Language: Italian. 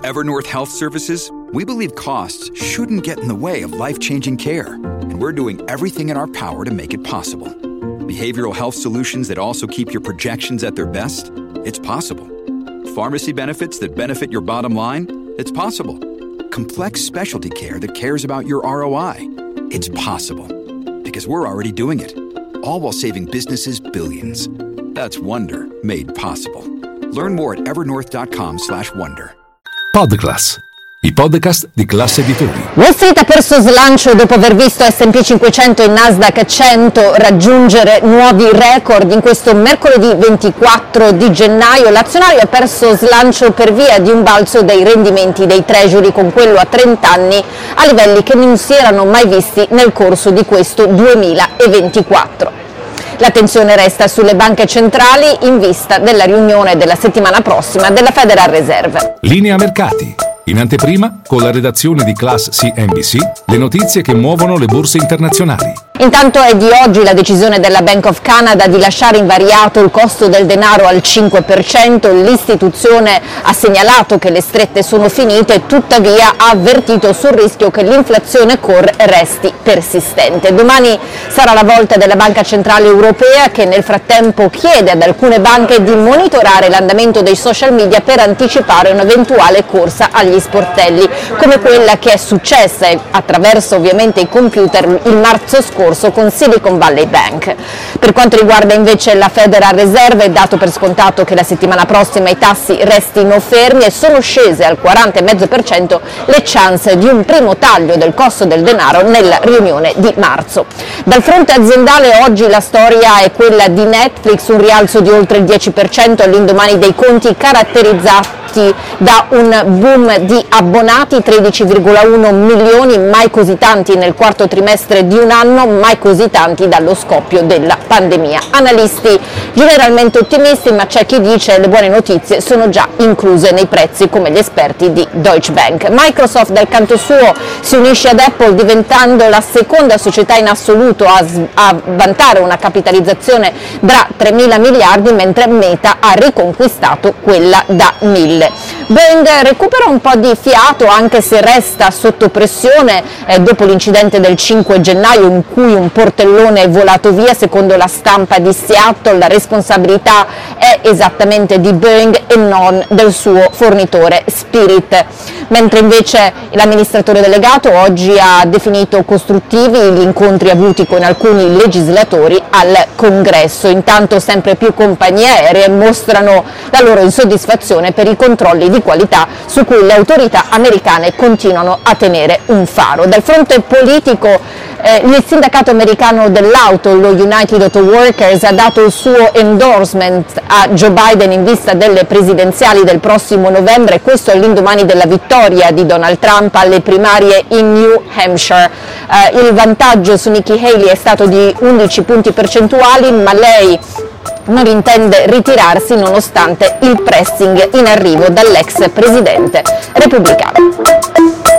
Evernorth Health Services, we believe costs shouldn't get in the way of life-changing care, and we're doing everything in our power to make it possible. Behavioral health solutions that also keep your projections at their best? It's possible. Pharmacy benefits that benefit your bottom line? It's possible. Complex specialty care that cares about your ROI? It's possible. Because we're already doing it. All while saving businesses billions. That's Wonder made possible. Learn more at evernorth.com/wonder. Podclass, i podcast di Class Editori. Wall Street ha perso slancio dopo aver visto S&P 500 e Nasdaq 100 raggiungere nuovi record in questo mercoledì 24 di gennaio. L'azionario ha perso slancio per via di un balzo dei rendimenti dei treasury, con quello a 30 anni a livelli che non si erano mai visti nel corso di questo 2024. L'attenzione resta sulle banche centrali in vista della riunione della settimana prossima della Federal Reserve. Linea mercati. In anteprima, con la redazione di Class CNBC, le notizie che muovono le borse internazionali. Intanto è di oggi la decisione della Bank of Canada di lasciare invariato il costo del denaro al 5%. L'istituzione ha segnalato che le strette sono finite, tuttavia ha avvertito sul rischio che l'inflazione core resti persistente. Domani sarà la volta della Banca Centrale Europea, che nel frattempo chiede ad alcune banche di monitorare l'andamento dei social media per anticipare un'eventuale corsa agli sportelli, come quella che è successa attraverso ovviamente i computer il marzo scorso con Silicon Valley Bank. Per quanto riguarda invece la Federal Reserve, è dato per scontato che la settimana prossima i tassi restino fermi e sono scese al 40,5% le chance di un primo taglio del costo del denaro nella riunione di marzo. Dal fronte aziendale oggi la storia è quella di Netflix, un rialzo di oltre il 10% all'indomani dei conti caratterizzati da un boom di abbonati, 13,1 milioni, mai così tanti nel quarto trimestre di un anno, mai così tanti dallo scoppio della pandemia. Analisti generalmente ottimisti, ma c'è chi dice che le buone notizie sono già incluse nei prezzi, come gli esperti di Deutsche Bank. Microsoft dal canto suo si unisce ad Apple, diventando la seconda società in assoluto a vantare una capitalizzazione da 3.000 miliardi, mentre Meta ha riconquistato quella da 1.000. Boeing recupera un po' di fiato, anche se resta sotto pressione dopo l'incidente del 5 gennaio in cui un portellone è volato via. Secondo la stampa di Seattle la responsabilità è esattamente di Boeing e non del suo fornitore Spirit, mentre invece l'amministratore delegato oggi ha definito costruttivi gli incontri avuti con alcuni legislatori al Congresso. Intanto sempre più compagnie aeree mostrano la loro insoddisfazione per i controlli di qualità su cui le autorità americane continuano a tenere un faro. Dal fronte politico il sindacato americano dell'auto, lo United Auto Workers, ha dato il suo endorsement a Joe Biden in vista delle presidenziali del prossimo novembre, questo all'indomani della vittoria di Donald Trump alle primarie in New Hampshire. Il vantaggio su Nikki Haley è stato di 11 punti percentuali, ma lei non intende ritirarsi nonostante il pressing in arrivo dall'ex presidente repubblicano.